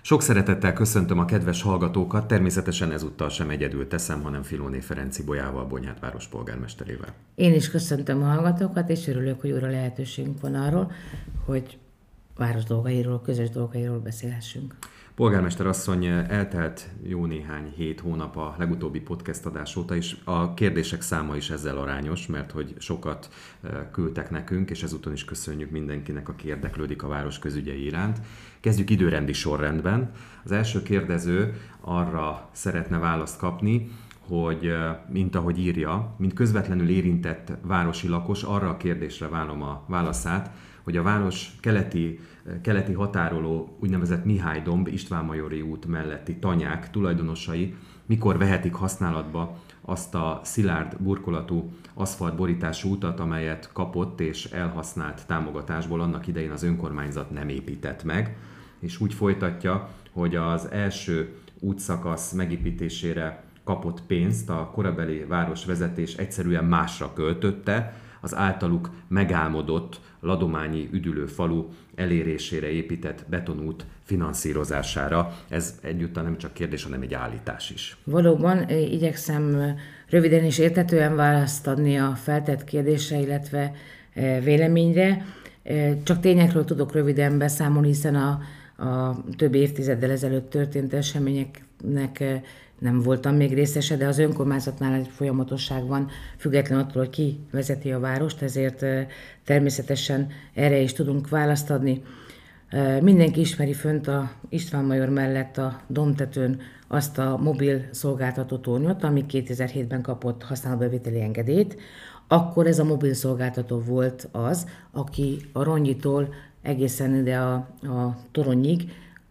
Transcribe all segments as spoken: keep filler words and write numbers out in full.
Sok szeretettel köszöntöm a kedves hallgatókat, természetesen ezúttal sem egyedül teszem, hanem Filóné Ferenc Ibolyával, Bonyhád város polgármesterével. Én is köszöntöm a hallgatókat, és örülök, hogy újra lehetőségünk van arról, hogy város dolgairól, közös dolgairól beszélhessünk. Polgármester asszony, eltelt jó néhány hét hónap a legutóbbi podcast adás óta, és a kérdések száma is ezzel arányos, mert hogy sokat küldtek nekünk, és ezúton is köszönjük mindenkinek, aki érdeklődik a város közügyei iránt. Kezdjük időrendi sorrendben. Az első kérdező arra szeretne választ kapni, hogy, mint ahogy írja, mint közvetlenül érintett városi lakos, arra a kérdésre várom a válaszát, hogy a város keleti, keleti határoló úgynevezett Mihály-domb István-Majori út melletti tanyák tulajdonosai mikor vehetik használatba azt a szilárd burkolatú aszfaltborítású utat, amelyet kapott és elhasznált támogatásból annak idején az önkormányzat nem épített meg, és úgy folytatja, hogy az első útszakasz megépítésére kapott pénzt a korabeli városvezetés egyszerűen másra költötte, az általuk megálmodott ladományi üdülőfalu elérésére épített betonút finanszírozására. Ez egyúttal nem csak kérdés, hanem egy állítás is. Valóban igyekszem röviden és érthetően választ adni a feltett kérdésre, illetve véleményre. Csak tényekről tudok röviden beszámolni, hiszen a, a több évtizeddel ezelőtt történt eseményeknek nem voltam még részese, de az önkormányzatnál egy folyamatosság van, független attól, hogy ki vezeti a várost, ezért természetesen erre is tudunk választ adni. Mindenki ismeri fönt a István Major mellett a dombtetőn azt a mobil szolgáltató tornyot, ami kétezer-hétben kapott használatbevételi engedélyt. Akkor ez a mobil szolgáltató volt az, aki a Rongyitól egészen ide a, a toronyig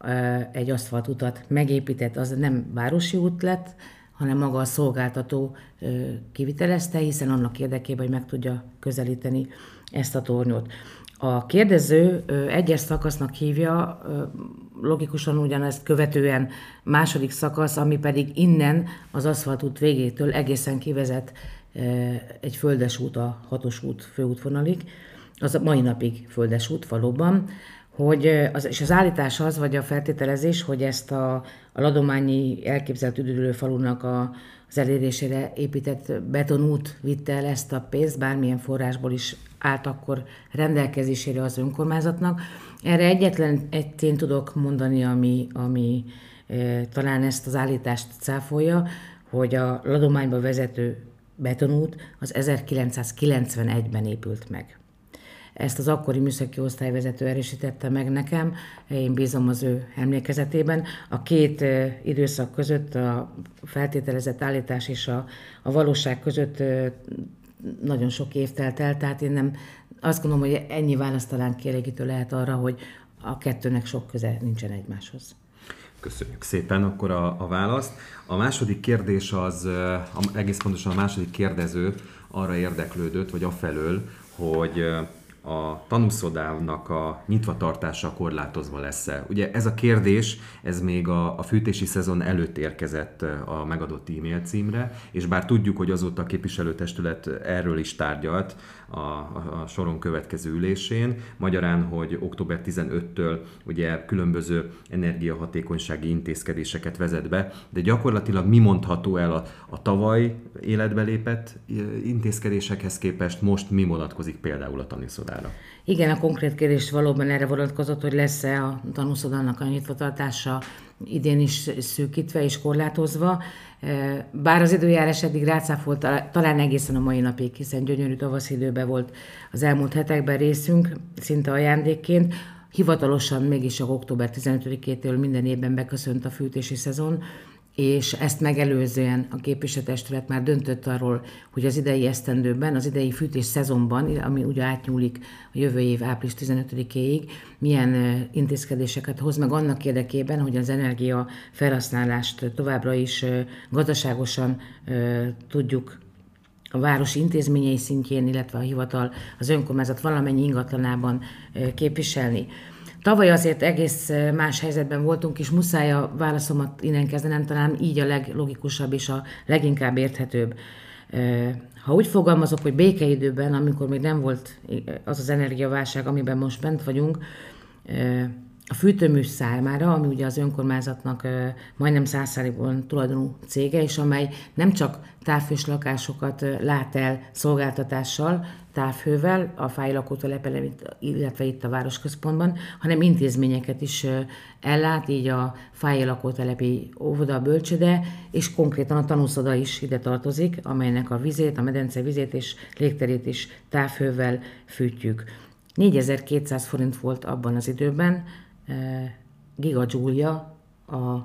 egy aszfaltutat megépített, az nem városi út lett, hanem maga a szolgáltató kivitelezte, hiszen annak érdekében, hogy meg tudja közelíteni ezt a tornyot. A kérdező egyes szakasznak hívja, logikusan ugyanezt követően második szakasz, ami pedig innen az aszfaltút végétől egészen kivezet egy földes út, a hatos út főútvonalig, az a mai napig földes út valóban, hogy az, és az állítás az, vagy a feltételezés, hogy ezt a, a ladományi elképzelt üdülőfalunak a, az elérésére épített betonút vitte el ezt a pénzt, bármilyen forrásból is állt akkor rendelkezésére az önkormányzatnak. Erre egyetlen egy tényt tudok mondani, ami, ami e, talán ezt az állítást cáfolja, hogy a ladományba vezető betonút az ezerkilencszázkilencvenegyben épült meg. Ezt az akkori műszaki osztályvezető erősítette meg nekem, én bízom az ő emlékezetében. A két időszak között, a feltételezett állítás és a, a valóság között nagyon sok év telt el, tehát én nem azt gondolom, hogy ennyi választ talán kielégítő lehet arra, hogy a kettőnek sok köze nincsen egymáshoz. Köszönjük szépen akkor a, a választ. A második kérdés az, egész pontosan a második kérdező arra érdeklődött, vagy afelől, hogy a tanúszodának a nyitvatartása korlátozva lesz-e. Ugye ez a kérdés, ez még a, a fűtési szezon előtt érkezett a megadott e-mail címre, és bár tudjuk, hogy azóta a képviselőtestület erről is tárgyalt a, a, a soron következő ülésén, magyarán, hogy október tizenötödikétől ugye különböző energiahatékonysági intézkedéseket vezet be, de gyakorlatilag mi mondható el a, a tavaly életbe lépett intézkedésekhez képest, most mi vonatkozik például a tanúszodára? Igen, a konkrét kérdés valóban erre vonatkozott, hogy lesz-e a tanúszodának a nyitvatartása idén is szűkítve és korlátozva. Bár az időjárás eddig rácáfolt, talán egészen a mai napig, hiszen gyönyörű tavaszi időben volt az elmúlt hetekben részünk, szinte ajándékként. Hivatalosan mégis csak október tizenötödikétől minden évben beköszönt a fűtési szezon, és ezt megelőzően a képviselőtestület már döntött arról, hogy az idei esztendőben, az idei fűtés szezonban, ami ugye átnyúlik a jövő év április tizenötödikéig, milyen intézkedéseket hoz meg annak érdekében, hogy az energia felhasználást továbbra is gazdaságosan tudjuk a város intézményei szintjén, illetve a hivatal, az önkormányzat valamennyi ingatlanában képviselni. Tavaly azért egész más helyzetben voltunk, és muszáj a válaszomat innen kezdenem, talán így a leglogikusabb és a leginkább érthetőbb. Ha úgy fogalmazok, hogy békeidőben, amikor még nem volt az az energiaválság, amiben most bent vagyunk, A fűtőmű számára, ami ugye az önkormányzatnak majdnem száz százalékban tulajdonú cége, és amely nem csak távhős lakásokat lát el szolgáltatással, távhővel, a Fáy lakótelepen, illetve itt a városközpontban, hanem intézményeket is ellát, így a Fáy lakótelepi óvoda, bölcsőde, és konkrétan a tanúszoda is ide tartozik, amelynek a vizét, a medence vizét és légterét is távhővel fűtjük. négyezer-kétszáz forint volt abban az időben gigajoule-ja a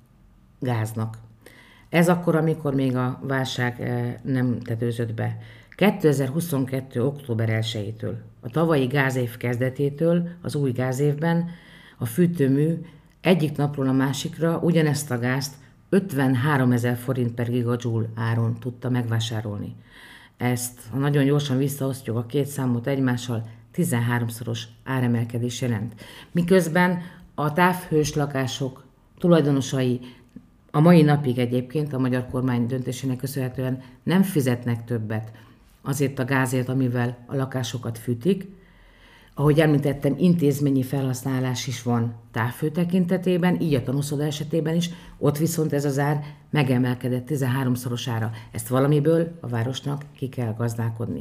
gáznak. Ez akkor, amikor még a válság nem tetőzött be. kétezer-huszonkettő. október elsejétől, a tavalyi gázév kezdetétől az új gázévben a fűtőmű egyik napról a másikra ugyanezt a gázt ötvenháromezer forint per gigajoule áron tudta megvásárolni. Ezt, ha nagyon gyorsan visszaosztjuk a két számot egymással, tizenháromszoros áremelkedés jelent. Miközben a távhős lakások tulajdonosai a mai napig egyébként a magyar kormány döntésének köszönhetően nem fizetnek többet azért a gázért, amivel a lakásokat fűtik. Ahogy említettem, intézményi felhasználás is van távhő tekintetében, így a tanúszoda esetében is, ott viszont ez az ár megemelkedett tizenháromszorosára. Ezt valamiből a városnak ki kell gazdálkodni.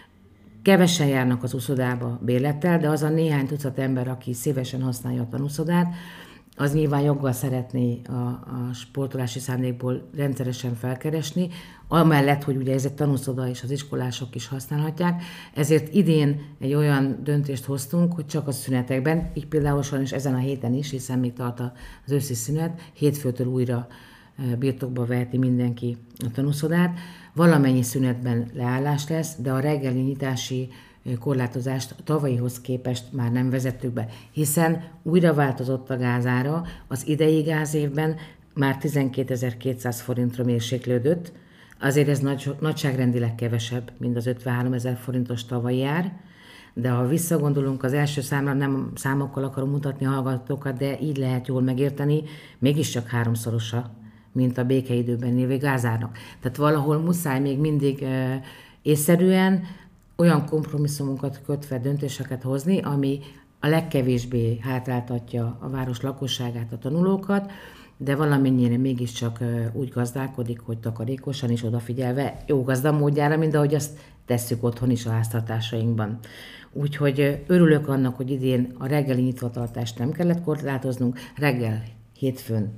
Kevesen járnak az úszodába bérlettel, de az a néhány tucat ember, aki szívesen használja a tanúszodát, az nyilván joggal szeretné a, a sportolási szándékból rendszeresen felkeresni, amellett, hogy ugye ez egy tanúszoda és az iskolások is használhatják, ezért idén egy olyan döntést hoztunk, hogy csak a szünetekben, így például sajnos ezen a héten is, hiszen még tart az őszi szünet, hétfőtől újra birtokba veheti mindenki a tanúszodát, valamennyi szünetben leállás lesz, de a reggeli nyitási korlátozást a tavalyihoz képest már nem vezettük be, hiszen újra változott a gázára, az idei gázévben már tizenkétezer-kétszáz forintra mérséklődött, azért ez nagy, nagyságrendileg kevesebb, mint az ötvenháromezer forintos tavalyi ár, de ha visszagondolunk az első számra, nem számokkal akarom mutatni a hallgatókat, de így lehet jól megérteni, mégiscsak háromszorosa, mint a békeidőben lévő gázárnak. Tehát valahol muszáj még mindig e, észszerűen olyan kompromisszumokat kötve döntéseket hozni, ami a legkevésbé hátráltatja a város lakosságát, a tanulókat, de valamennyire mégiscsak úgy gazdálkodik, hogy takarékosan és odafigyelve jó gazdamódjára, mint ahogy azt tesszük otthon is a háztartásainkban. Úgyhogy örülök annak, hogy idén a reggeli nyitvatartást nem kellett korlátoznunk, reggel hétfőn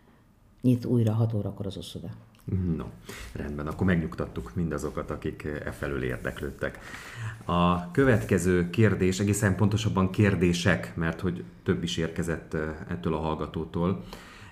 nyit újra hat órakor az úszoda. No, rendben, akkor megnyugtattuk mindazokat, akik e felől érdeklődtek. A következő kérdés, egészen pontosabban kérdések, mert hogy több is érkezett ettől a hallgatótól,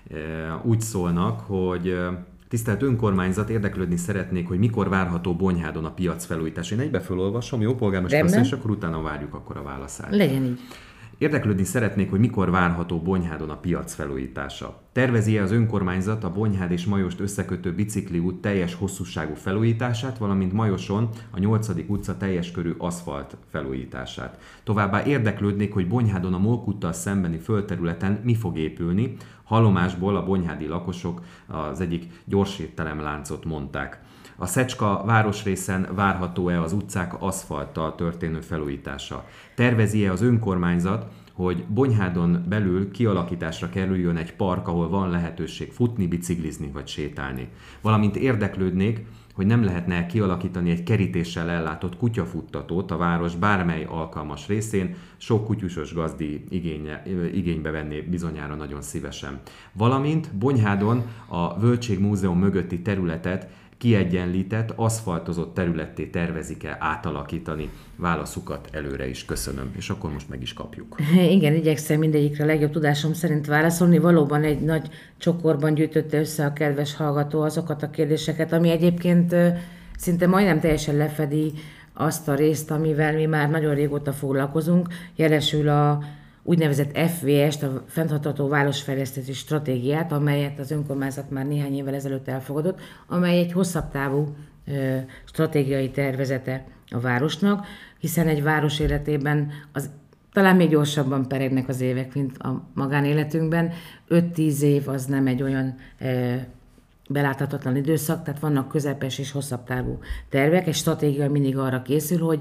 úgy szólnak, hogy tisztelt önkormányzat, érdeklődni szeretnék, hogy mikor várható Bonyhádon a piac felújítás. Én egybe felolvasom, jó polgármester asszony, és akkor utána várjuk akkor a válaszát. Legyen így. Érdeklődni szeretnék, hogy mikor várható Bonyhádon a piac felújítása. Tervezi-e az önkormányzat a Bonyhád és Majost összekötő bicikliút teljes hosszúságú felújítását, valamint Majoson a nyolcadik utca teljes körű aszfalt felújítását. Továbbá érdeklődnék, hogy Bonyhádon a Molkúttal szembeni földterületen mi fog épülni. Hallomásból a bonyhádi lakosok az egyik gyorsétteremláncot mondták. A Szecska városrészen várható-e az utcák aszfalttal történő felújítása? Tervezi-e az önkormányzat, hogy Bonyhádon belül kialakításra kerüljön egy park, ahol van lehetőség futni, biciklizni vagy sétálni? Valamint érdeklődnék, hogy nem lehetne kialakítani egy kerítéssel ellátott kutyafuttatót a város bármely alkalmas részén, sok kutyusos gazdi igénye, igénybe venné bizonyára nagyon szívesen. Valamint Bonyhádon a Völtség Múzeum mögötti területet kiegyenlített, aszfaltozott területté tervezik-e átalakítani? Válaszukat előre is köszönöm, és akkor most meg is kapjuk. Igen, igyekszem mindegyikre a legjobb tudásom szerint válaszolni. Valóban egy nagy csokorban gyűjtötte össze a kedves hallgató azokat a kérdéseket, ami egyébként szinte majdnem teljesen lefedi azt a részt, amivel mi már nagyon régóta foglalkozunk, jelesül a úgynevezett ef vé est, a Fenntartható Városfejlesztési Stratégiát, amelyet az önkormányzat már néhány évvel ezelőtt elfogadott, amely egy hosszabb távú ö, stratégiai tervezete a városnak, hiszen egy város életében az, talán még gyorsabban peregnek az évek, mint a magánéletünkben. öt-tíz év az nem egy olyan ö, beláthatatlan időszak, tehát vannak közepes és hosszabb távú tervek, egy stratégia mindig arra készül, hogy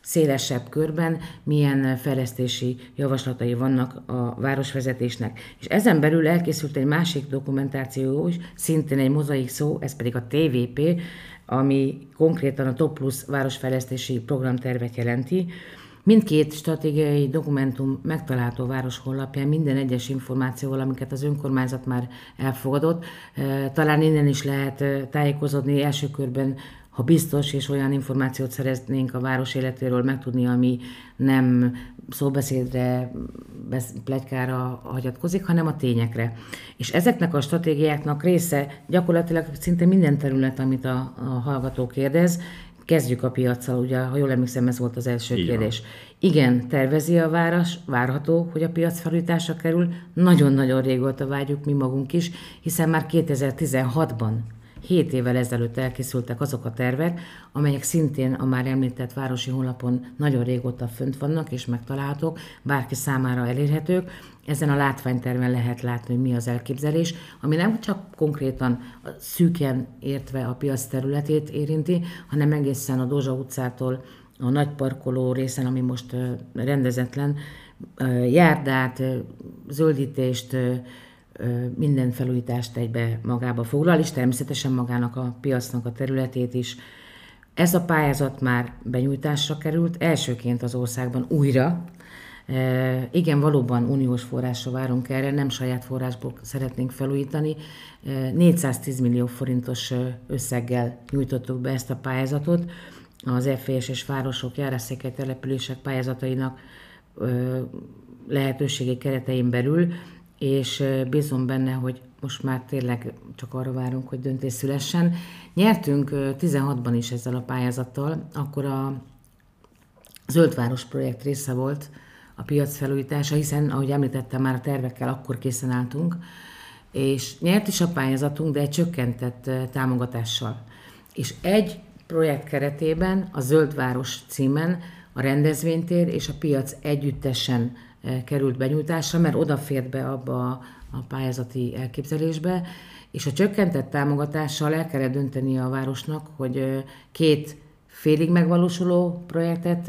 szélesebb körben milyen fejlesztési javaslatai vannak a városvezetésnek. És ezen belül elkészült egy másik dokumentáció is, szintén egy mozaik szó, ez pedig a té vé pé, ami konkrétan a Top Plus városfejlesztési programtervet jelenti. Mindkét stratégiai dokumentum megtalálható a város honlapján minden egyes információval, amiket az önkormányzat már elfogadott. Talán innen is lehet tájékozódni első körben, ha biztos és olyan információt szeretnénk a város életéről megtudni, ami nem szóbeszédre, pletykára hagyatkozik, hanem a tényekre. És ezeknek a stratégiáknak része gyakorlatilag szinte minden terület, amit a, a hallgató kérdez. Kezdjük a piaccal, ugye, ha jól emlékszem, ez volt az első Így kérdés. van. Igen, tervezi a város, várható, hogy a piac felújításra kerül. Nagyon-nagyon régóta várjuk mi magunk is, hiszen már kétezer-tizenhatban, hét évvel ezelőtt elkészültek azok a tervek, amelyek szintén a már említett városi honlapon nagyon régóta fönt vannak és megtalálhatók, bárki számára elérhetők. Ezen a látványterven lehet látni, hogy mi az elképzelés, ami nem csak konkrétan szűken értve a piac területét érinti, hanem egészen a Dózsa utcától a nagy parkoló részen, ami most rendezetlen, járdát, zöldítést, minden felújítást egybe magába foglal, és természetesen magának a piacnak a területét is. Ez a pályázat már benyújtásra került, elsőként az országban újra. E, igen, valóban uniós forrásra várunk erre, nem saját forrásból szeretnénk felújítani. E, négyszáztíz millió forintos összeggel nyújtottuk be ezt a pályázatot. Az ef vé es-es városok, járásszékely települések pályázatainak e, lehetőségi keretein belül, és bízom benne, hogy most már tényleg csak arra várunk, hogy döntés szülessen. Nyertünk tizenhatban is ezzel a pályázattal, akkor a Zöldváros projekt része volt a piac felújítása, hiszen, ahogy említettem, már a tervekkel akkor készen álltunk, és nyert is a pályázatunk, de egy csökkentett támogatással. És egy projekt keretében, a Zöldváros címen a rendezvénytér és a piac együttesen került benyújtásra, mert odafért be abba a pályázati elképzelésbe, és a csökkentett támogatással el kellett dönteni a városnak, hogy két félig megvalósuló projektet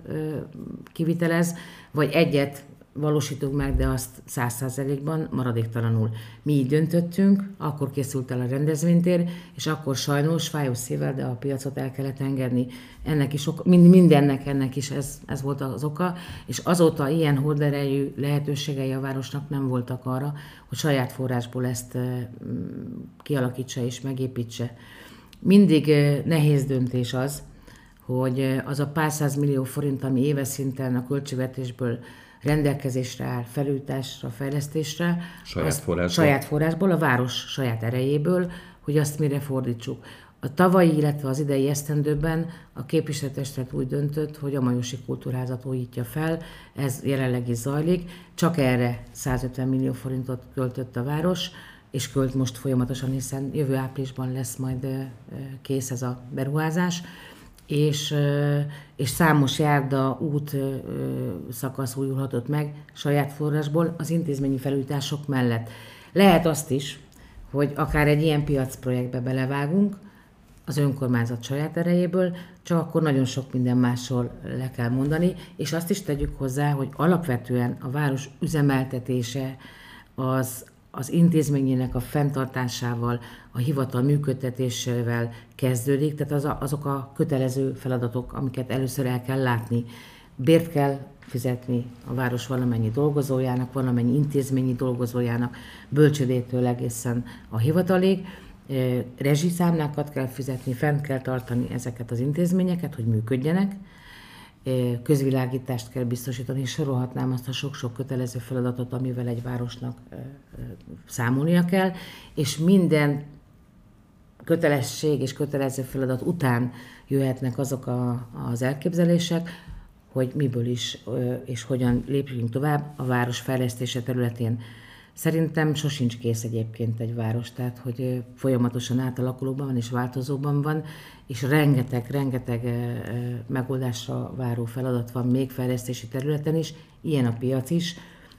kivitelez, vagy egyet valósítunk meg, de azt száz százalékban maradéktalanul. Mi így döntöttünk, akkor készült el a rendezvénytér, és akkor sajnos fájó szívvel, de a piacot el kellett engedni. Ennek is oka, mindennek ennek is ez, ez volt az oka, és azóta ilyen horderejű lehetőségei a városnak nem voltak arra, hogy saját forrásból ezt kialakítsa és megépítse. Mindig nehéz döntés az, hogy az a pár száz millió forint, ami éves szinten a költségvetésből rendelkezésre áll felújításra, fejlesztésre, saját forrásból. saját forrásból, a város saját erejéből, hogy azt mire fordítsuk. A tavalyi, illetve az idei esztendőben a képviselőtestület úgy döntött, hogy a Majosi Kultúrházat újítja fel, ez jelenleg is zajlik, csak erre százötven millió forintot költött a város, és költ most folyamatosan, hiszen jövő áprilisban lesz majd kész ez a beruházás, és, és számos járda, út szakasz újulhatott meg saját forrásból az intézményi felújítások mellett. Lehet azt is, hogy akár egy ilyen piacprojektbe belevágunk, az önkormányzat saját erejéből, csak akkor nagyon sok minden másról le kell mondani, és azt is tegyük hozzá, hogy alapvetően a város üzemeltetése az, az intézményének a fenntartásával, a hivatal működtetésével kezdődik, tehát az a, azok a kötelező feladatok, amiket először el kell látni. Bért kell fizetni a város valamennyi dolgozójának, valamennyi intézményi dolgozójának, bölcsödétől egészen a hivatalig. Rezsiszámlákat kell fizetni, fent kell tartani ezeket az intézményeket, hogy működjenek, közvilágítást kell biztosítani, és sorolhatnám azt a sok-sok kötelező feladatot, amivel egy városnak számolnia kell, és minden kötelesség és kötelező feladat után jöhetnek azok a, az elképzelések, hogy miből is és hogyan lépjünk tovább a város fejlesztése területén. Szerintem sosincs kész egyébként egy város, tehát hogy folyamatosan átalakulóban van és változóban van, és rengeteg, rengeteg megoldásra váró feladat van még fejlesztési területen is, ilyen a piac is.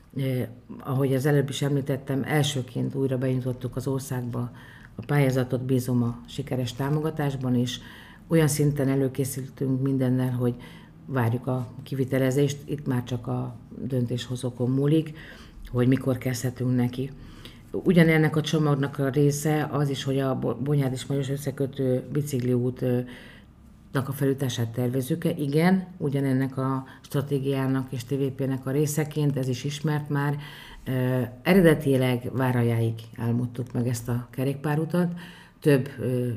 Ahogy az előbb is említettem, elsőként újra benyújtottuk az országba a pályázatot, bízom a sikeres támogatásban, és olyan szinten előkészültünk mindennel, hogy várjuk a kivitelezést, itt már csak a döntéshozókon múlik, hogy mikor kezdhetünk neki. Ugyanennek a csomagnak a része az is, hogy a Bonyhád és Magyos összekötő bicikliútnak a felújítását tervezzük-e. Igen, ugyanennek a stratégiának és té vé pének a részeként, ez is ismert már. Eredetileg Váraljáig álmodtuk meg ezt a kerékpárutat, több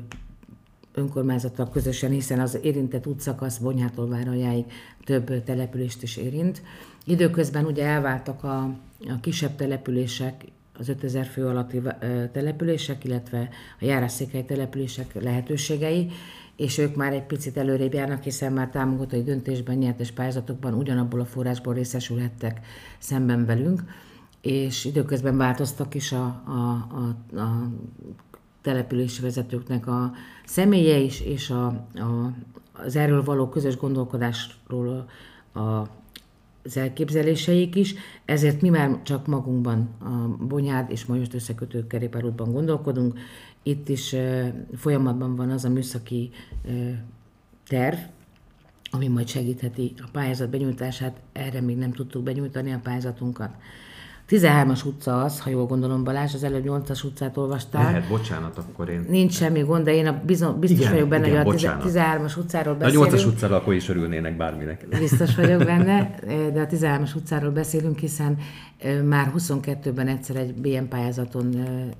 önkormányzattal közösen, hiszen az érintett útszakasz Bonyhától Váraljáig több települést is érint. Időközben ugye elváltak a, a kisebb települések, az ötezer fő alatti települések, illetve a járásszékely települések lehetőségei, és ők már egy picit előrébb járnak, hiszen már támogatói döntésben, nyertes pályázatokban ugyanabból a forrásból részesülhettek szemben velünk, és időközben változtak is a, a, a, a települési vezetőknek a személye is, és a, a, az erről való közös gondolkodásról a az elképzeléseik is, ezért mi már csak magunkban, a Bonyhád és Majost összekötő kerékpárútban gondolkodunk. Itt is e, folyamatban van az a műszaki e, terv, ami majd segítheti a pályázat benyújtását, erre még nem tudtuk benyújtani a pályázatunkat. tizenhármas utca az, ha jól gondolom, Balázs, az előbb nyolcas utcát olvastál. Lehet, bocsánat, akkor én... Nincs semmi gond, de én a bizon, biztos igen, vagyok benne, igen, hogy a tizenhármas utcáról beszélünk. A nyolcas utcáról akkor is örülnének bárminek. Biztos vagyok benne, de a tizenhármas utcáról beszélünk, hiszen már huszonkettőben egyszer egy bé em pályázaton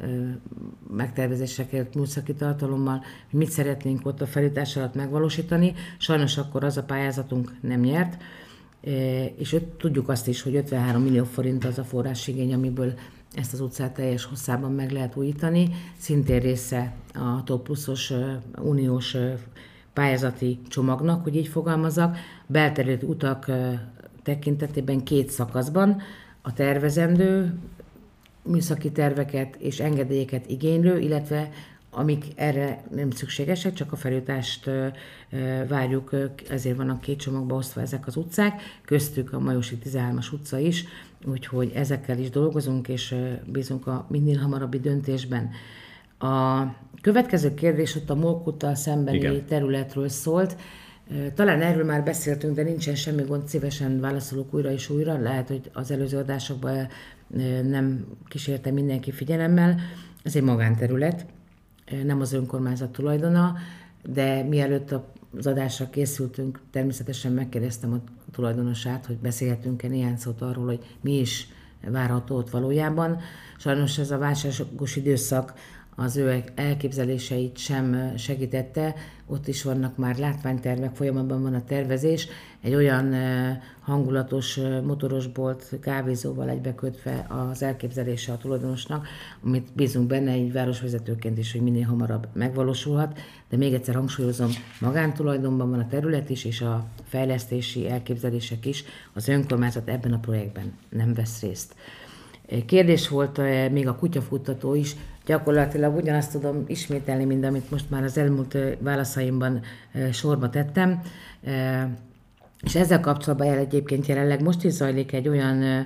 megtervezésre került műszaki tartalommal, hogy mit szeretnénk ott a felújítás alatt megvalósítani. Sajnos akkor az a pályázatunk nem nyert, és tudjuk azt is, hogy ötvenhárom millió forint az a forrásigény, amiből ezt az utcát teljes hosszában meg lehet újítani. Szintén része a Top Pluszos uniós pályázati csomagnak, hogy így fogalmazzak. Belterült utak tekintetében két szakaszban a tervezendő műszaki terveket és engedélyeket igénylő, illetve amik erre nem szükségesek, csak a felújítást várjuk, ezért vannak két csomagba osztva ezek az utcák, köztük a Majosi tizenhármas utca is, úgyhogy ezekkel is dolgozunk, és bízunk a minél hamarabbi döntésben. A következő kérdés ott a Mókuttal szembeni igen. területről szólt. Talán erről már beszéltünk, de nincsen semmi gond, szívesen válaszolok újra és újra, lehet, hogy az előző adásokban nem kísérte mindenki figyelemmel. Ez egy magánterület, nem az önkormányzat tulajdona, de mielőtt az adásra készültünk, természetesen megkérdeztem a tulajdonosát, hogy beszélhetünk-e néhány szót arról, hogy mi is várható ott valójában. Sajnos ez a válságos időszak az ő elképzeléseit sem segítette, ott is vannak már látványtervek, folyamatban van a tervezés, egy olyan hangulatos motorosbolt kávézóval egybekötve az elképzelése a tulajdonosnak, amit bízunk benne így városvezetőként is, hogy minél hamarabb megvalósulhat, de még egyszer hangsúlyozom, magántulajdonban van a terület is, és a fejlesztési elképzelések is, az önkormányzat ebben a projektben nem vesz részt. Kérdés volt még a kutyafuttató is, gyakorlatilag ugyanazt tudom ismételni, mint amit most már az elmúlt válaszaimban sorba tettem. És ezzel kapcsolatban egyébként jelenleg most is zajlik egy olyan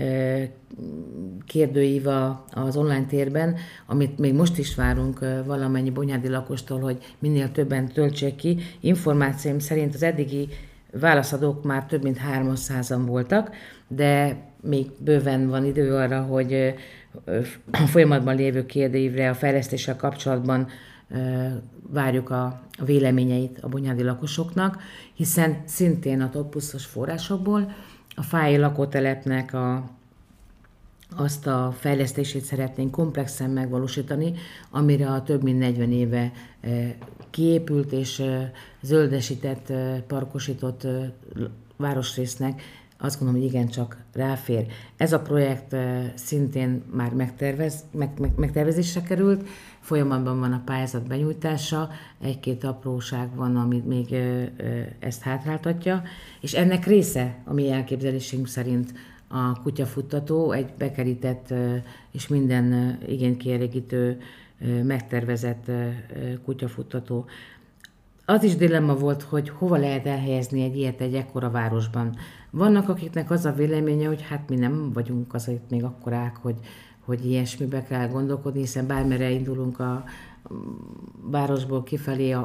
kérdőív az online térben, amit még most is várunk valamennyi bonyhádi lakostól, hogy minél többen töltsék ki. Információim szerint az eddigi válaszadók már több mint háromszázan voltak, de még bőven van idő arra, hogy a folyamatban lévő kérdőívre a fejlesztéssel kapcsolatban várjuk a véleményeit a bonyhádi lakosoknak, hiszen szintén a Top Pluszos forrásokból a fái lakótelepnek a, azt a fejlesztését szeretnénk komplexen megvalósítani, amire a több mint negyven éve kiépült és zöldesített, parkosított városrésznek azt gondolom, hogy igencsak ráfér. Ez a projekt szintén már megtervez, meg, meg, megtervezésre került, folyamatban van a pályázat benyújtása, egy-két apróság van, amit még ezt hátráltatja, és ennek része a mi elképzelésünk szerint a kutyafuttató, egy bekerített és minden igényt kielégítő, megtervezett kutyafuttató. Az is dilemma volt, hogy hova lehet elhelyezni egy ilyet egy ekkora városban. Vannak, akiknek az a véleménye, hogy hát mi nem vagyunk azért még akkorák, hogy, hogy ilyesmibe kell gondolkodni, hiszen bármire indulunk a városból kifelé, a,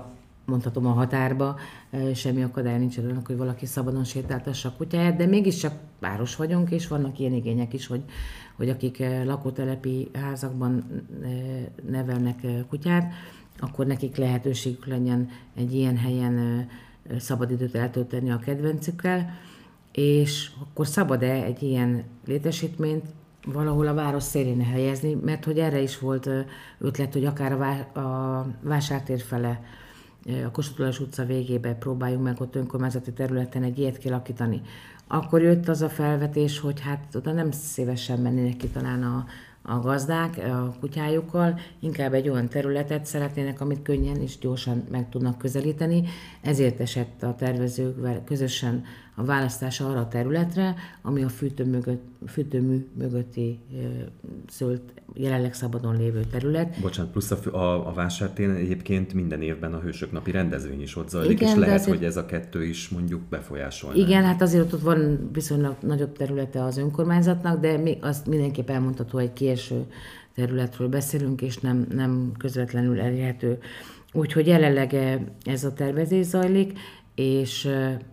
mondhatom a határba, semmi akadály nincs annak, hogy valaki szabadon sétáltassa a kutyáját, de mégiscsak város vagyunk, és vannak ilyen igények is, hogy, hogy akik lakótelepi házakban nevelnek kutyát, akkor nekik lehetőségük legyen egy ilyen helyen szabadidőt eltölteni a kedvencükkel, és akkor szabad-e egy ilyen létesítményt valahol a város szélén helyezni, mert hogy erre is volt ötlet, hogy akár a, vá- a vásártér fele, a Kossuth Lajos utca végébe próbáljunk meg ott önkormányzati területen egy ilyet kialakítani. Akkor jött az a felvetés, hogy hát oda nem szívesen mennének ki talán a, a gazdák a kutyájukkal, inkább egy olyan területet szeretnének, amit könnyen és gyorsan meg tudnak közelíteni. Ezért esett a tervezőkvel közösen a választás arra a területre, ami a fűtő mögött, fűtőmű mögötti zöld, jelenleg szabadon lévő terület. Bocsánat, plusz a, a, a vásártéren egyébként minden évben a Hősök napi rendezvény is ott zajlik, igen, és lehet, azért, hogy ez a kettő is mondjuk befolyásolna. Igen, hát azért ott van viszonylag nagyobb területe az önkormányzatnak, de mi, azt mindenképp elmondható, egy kieső területről beszélünk, és nem, nem közvetlenül elérhető. Úgyhogy jelenleg ez a tervezés zajlik, és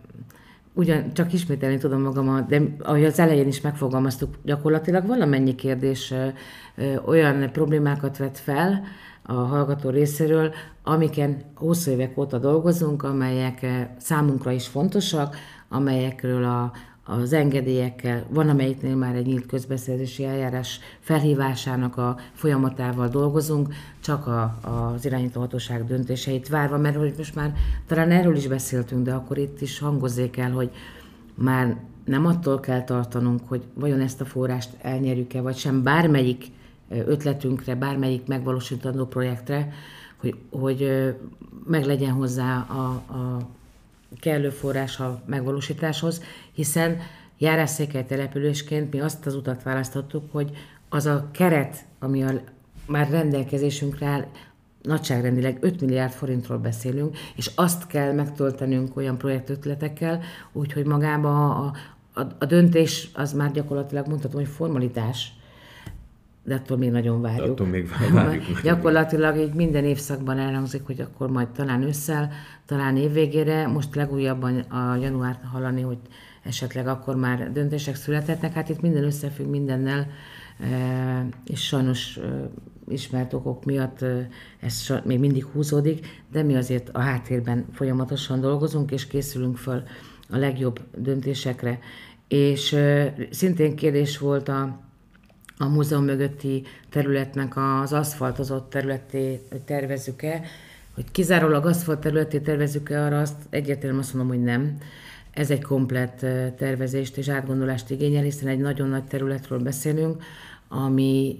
ugyan csak ismételni tudom magam, de ahogy az elején is megfogalmaztuk, gyakorlatilag valamennyi kérdés olyan problémákat vet fel a hallgató részéről, amiken hosszú évek óta dolgozunk, amelyek számunkra is fontosak, amelyekről a, az engedélyekkel, van amelyiknél már egy nyílt közbeszerzési eljárás felhívásának a folyamatával dolgozunk, csak a, az irányítóhatóság döntéseit várva, mert hogy most már talán erről is beszéltünk, de akkor itt is hangozzék el, hogy már nem attól kell tartanunk, hogy vajon ezt a forrást elnyerjük-e, vagy sem bármelyik ötletünkre, bármelyik megvalósítandó projektre, hogy, hogy meg legyen hozzá a, a kellő forrás a megvalósításhoz, hiszen járásszékely településként mi azt az utat választottuk, hogy az a keret, ami a, már rendelkezésünkre áll, nagyságrendileg öt milliárd forintról beszélünk, és azt kell megtöltenünk olyan projektötletekkel, úgyhogy magába a, a, a döntés az már gyakorlatilag mondhatom, hogy formalitás, de attól még nagyon várjuk. De attól még várjuk. Gyakorlatilag így minden évszakban elhangzik, hogy akkor majd talán ősszel, talán évvégére, most legújabban a január hallani, hogy esetleg akkor már döntések születhetnek. Hát itt minden összefügg mindennel, és sajnos ismert okok miatt ez még mindig húzódik, de mi azért a háttérben folyamatosan dolgozunk, és készülünk föl a legjobb döntésekre. És szintén kérdés volt a a múzeum mögötti területnek az aszfaltozott területét tervezzük-e, hogy kizárólag aszfalt területét tervezzük-e, arra azt egyértelműen azt mondom, hogy nem. Ez egy komplett tervezést és átgondolást igényel, hiszen egy nagyon nagy területről beszélünk, ami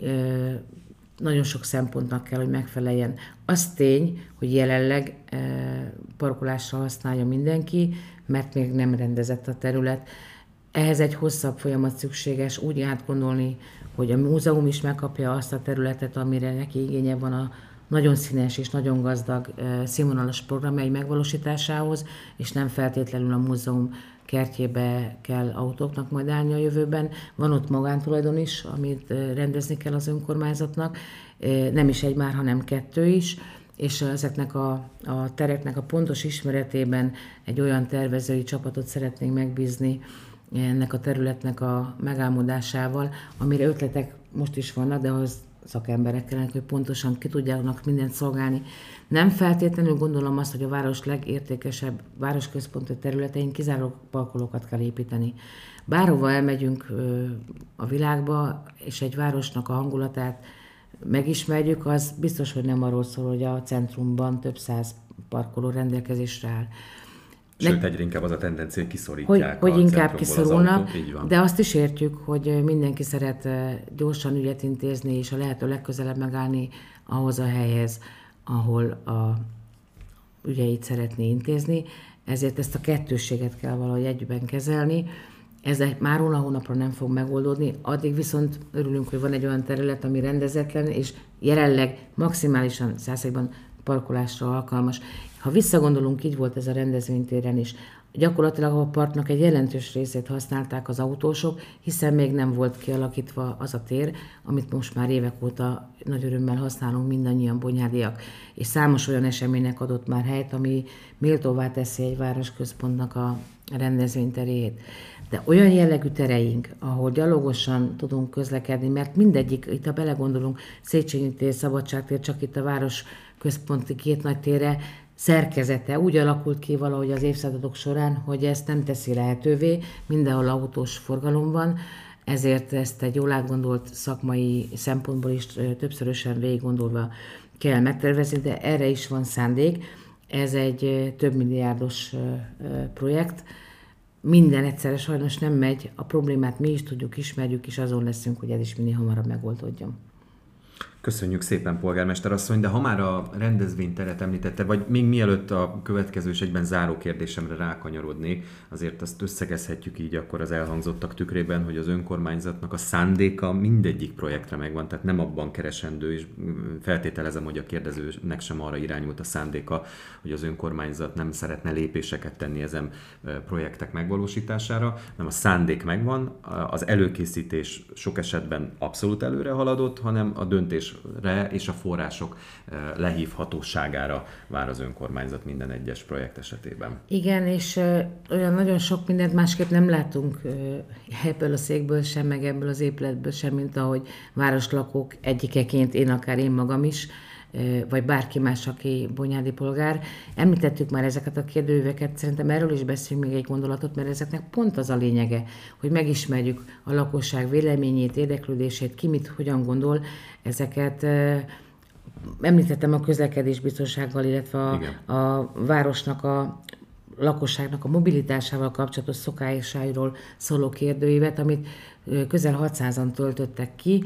nagyon sok szempontnak kell, hogy megfeleljen. Az tény, hogy jelenleg parkolásra használja mindenki, mert még nem rendezett a terület. Ehhez egy hosszabb folyamat szükséges, úgy átgondolni, hogy a múzeum is megkapja azt a területet, amire neki igénye van a nagyon színes és nagyon gazdag színvonalas programjai megvalósításához, és nem feltétlenül a múzeum kertjébe kell autóknak majd állni a jövőben. Van ott magántulajdon is, amit rendezni kell az önkormányzatnak, nem is egy már, hanem kettő is, és ezeknek a, a tereknek a pontos ismeretében egy olyan tervezői csapatot szeretnénk megbízni, ennek a területnek a megálmodásával, amire ötletek most is vannak, de az szakemberek kellene, hogy pontosan ki tudjanak mindent szolgálni. Nem feltétlenül gondolom azt, hogy a város legértékesebb városközpontú területein kizárólag parkolókat kell építeni. Bárhova elmegyünk a világba, és egy városnak a hangulatát megismerjük, az biztos, hogy nem arról szól, hogy a centrumban több száz parkoló rendelkezésre áll. Sőt, egyre inkább az a tendencia, hogy kiszorítják hogy, a hogy inkább kiszorulnak, autót, de azt is értjük, hogy mindenki szeret gyorsan ügyet intézni, és a lehető legközelebb megállni ahhoz a helyhez, ahol a ügyeit szeretné intézni. Ezért ezt a kettősséget kell valahogy egyben kezelni. Ez egy már hónapra nem fog megoldódni, addig viszont örülünk, hogy van egy olyan terület, ami rendezetlen, és jelenleg maximálisan százalékban parkolásra alkalmas. Ha visszagondolunk, így volt ez a rendezvénytéren is. Gyakorlatilag a parknak egy jelentős részét használták az autósok, hiszen még nem volt kialakítva az a tér, amit most már évek óta nagy örömmel használunk mindannyian bonyhádiak, és számos olyan eseménynek adott már helyt, ami méltóvá teszi egy városközpontnak a rendezvényterét. De olyan jellegű tereink, ahol gyalogosan tudunk közlekedni, mert mindegyik, itt ha belegondolunk, Széchenyi tér, Szabadságtér, csak itt a város központi két nagy térre, szerkezete úgy alakult ki valahogy az évszázadok során, hogy ezt nem teszi lehetővé, mindenhol autós forgalom van, ezért ezt egy jól átgondolt szakmai szempontból is többszörösen végig gondolva kell megtervezni, de erre is van szándék. Ez egy több milliárdos projekt. Minden egyszerre sajnos nem megy, a problémát mi is tudjuk, ismerjük, és azon leszünk, hogy ez is minél hamarabb megoldódjon. Köszönjük szépen, polgármester asszony, de ha már a rendezvényteret említette, vagy még mielőtt a következő és egyben záró kérdésemre rákanyarodnék, azért azt összegezhetjük így akkor az elhangzottak tükrében, hogy az önkormányzatnak a szándéka mindegyik projektre megvan, tehát nem abban keresendő, és feltételezem, hogy a kérdezőnek sem arra irányult a szándéka, hogy az önkormányzat nem szeretne lépéseket tenni ezen projektek megvalósítására, hanem a szándék megvan, az előkészítés sok esetben abszolút előre haladott, hanem a döntés és a források lehívhatóságára vár az önkormányzat minden egyes projekt esetében. Igen, és olyan nagyon sok mindent másképp nem látunk ebből a székből sem, meg ebből az épületből sem, mint ahogy városlakók egyikeként, én akár én magam is, vagy bárki más, aki bonyhádi polgár. Említettük már ezeket a kérdőíveket, szerintem erről is beszéljünk még egy gondolatot, mert ezeknek pont az a lényege, hogy megismerjük a lakosság véleményét, érdeklődését, ki mit, hogyan gondol. Ezeket említettem a közlekedésbiztonsággal, illetve a, a városnak, a lakosságnak a mobilitásával kapcsolatos szokásairól szóló kérdőívet, amit közel hatszázan töltöttek ki,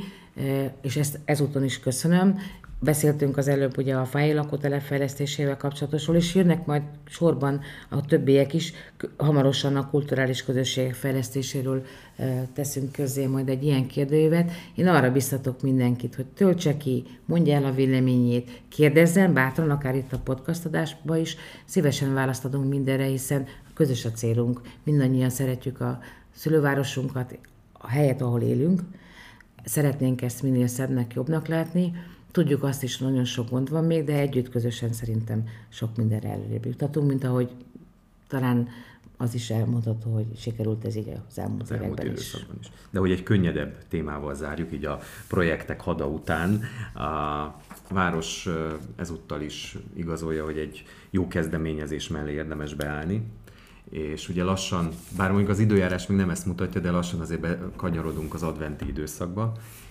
és ezt ezúton is köszönöm. Beszéltünk az előbb ugye a fáji lakótelep fejlesztésével kapcsolatosról, és jönnek majd sorban a többiek is, hamarosan a kulturális közösségek fejlesztéséről teszünk közzé majd egy ilyen kérdőívet. Én arra biztatok mindenkit, hogy töltse ki, mondja el a véleményét, kérdezzen bátran, akár itt a podcast adásban is, szívesen választ adunk mindenre, hiszen közös a célunk, mindannyian szeretjük a szülővárosunkat, a helyet, ahol élünk, szeretnénk ezt minél szebbnek, jobbnak látni. Tudjuk azt is, nagyon sok gond van még, de együtt közösen szerintem sok mindenre előrébb jutatunk, mint ahogy talán az is elmondható, hogy sikerült ez így az elmúlt években is. is. De hogy egy könnyedebb témával zárjuk, így a projektek hada után, a város ezúttal is igazolja, hogy egy jó kezdeményezés mellé érdemes beállni, és ugye lassan, bár mondjuk az időjárás még nem ezt mutatja, de lassan azért kanyarodunk az adventi időszakba,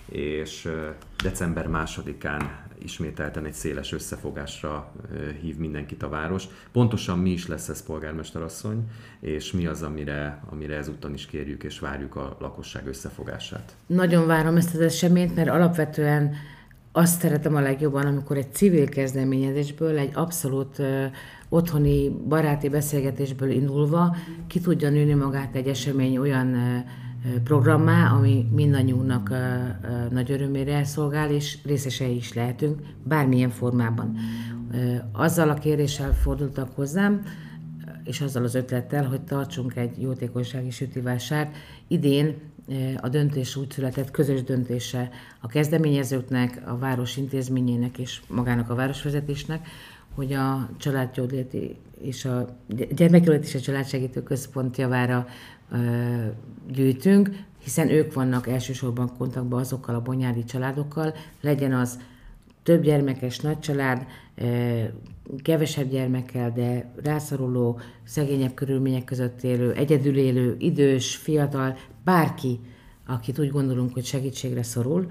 és december másodikán ismételten egy széles összefogásra hív mindenkit a város. Pontosan mi is lesz ez, polgármester asszony, és mi az, amire, amire ezúttal is kérjük és várjuk a lakosság összefogását? Nagyon várom ezt az eseményt, mert alapvetően azt szeretem a legjobban, amikor egy civil kezdeményezésből, egy abszolút uh, otthoni, baráti beszélgetésből indulva ki tudja nőni magát egy esemény olyan uh, programmá, ami mindannyiunknak uh, uh, nagy örömére szolgál, és részesei is lehetünk, bármilyen formában. Uh, azzal a kéréssel fordultak hozzám, és azzal az ötlettel, hogy tartsunk egy jótékonysági sütivásárt. Idén a döntés úgy született, közös döntése a kezdeményezőknek, a város intézményének és magának a városvezetésnek, hogy a családjóléti és a gyermekjólét és a családsegítő központ javára ö, gyűjtünk, hiszen ők vannak elsősorban kontaktban azokkal a bonyhádi családokkal, legyen az több gyermekes nagycsalád, kevesebb gyermekkel, de rászoruló, szegényebb körülmények között élő, egyedül élő, idős, fiatal, bárki, akit úgy gondolunk, hogy segítségre szorul,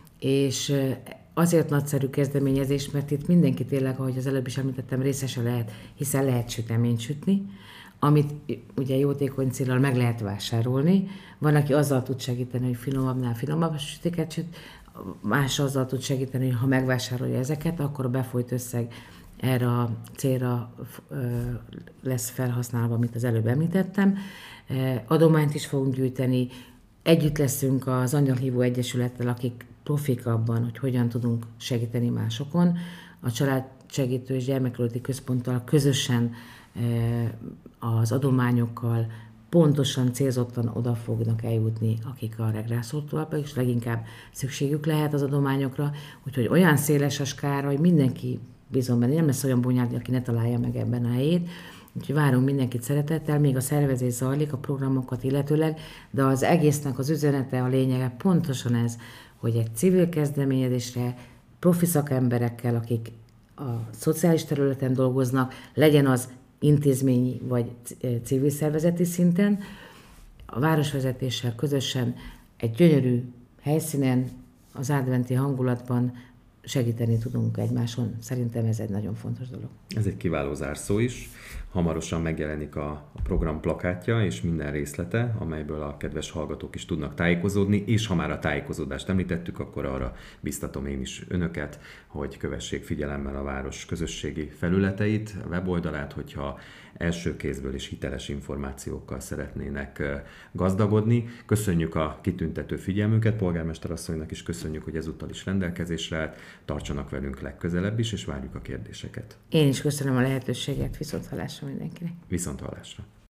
és azért nagyszerű kezdeményezés, mert itt mindenki tényleg, ahogy az előbb is említettem, részese lehet, hiszen lehet süteményt sütni, amit ugye jótékony céllal meg lehet vásárolni. Van, aki azzal tud segíteni, hogy finomabbnál finomabb sütiket süt, más azzal tud segíteni, hogy ha megvásárolja ezeket, akkor a befolyt összeg erre a célra lesz felhasználva, amit az előbb említettem. Adományt is fogunk gyűjteni, együtt leszünk az Angyalhívó Egyesülettel, akik profik abban, hogy hogyan tudunk segíteni másokon. A Családsegítő és Gyermekjóléti Központtal közösen az adományokkal pontosan, célzottan oda fognak eljutni, akik a legrászorultabbak, és leginkább szükségük lehet az adományokra, úgyhogy olyan széles a skára, hogy mindenki bízom benne, nem lesz olyan bonyolult, aki ne találja meg ebben a helyét. Úgyhogy várunk mindenkit szeretettel, még a szervezés zajlik, a programokat illetőleg, de az egésznek az üzenete, a lényege pontosan ez, hogy egy civil kezdeményezésre, profi szakemberekkel, akik a szociális területen dolgoznak, legyen az intézményi vagy civil szervezeti szinten, a városvezetéssel közösen egy gyönyörű helyszínen, az adventi hangulatban segíteni tudunk egymáson. Szerintem ez egy nagyon fontos dolog. Ez egy kiváló zárszó is. Hamarosan megjelenik a program plakátja és minden részlete, amelyből a kedves hallgatók is tudnak tájékozódni, és ha már a tájékozódást említettük, akkor arra biztatom én is önöket, hogy kövessék figyelemmel a város közösségi felületeit, a weboldalát, hogyha első kézből és hiteles információkkal szeretnének gazdagodni. Köszönjük a kitüntető figyelmüket, polgármester asszonynak is köszönjük, hogy ezúttal is rendelkezésre állt. Tartsanak velünk legközelebb is, és várjuk a kérdéseket. Én is köszönöm a lehetőséget, viszonthallásra mindenkinek. Viszonthallásra.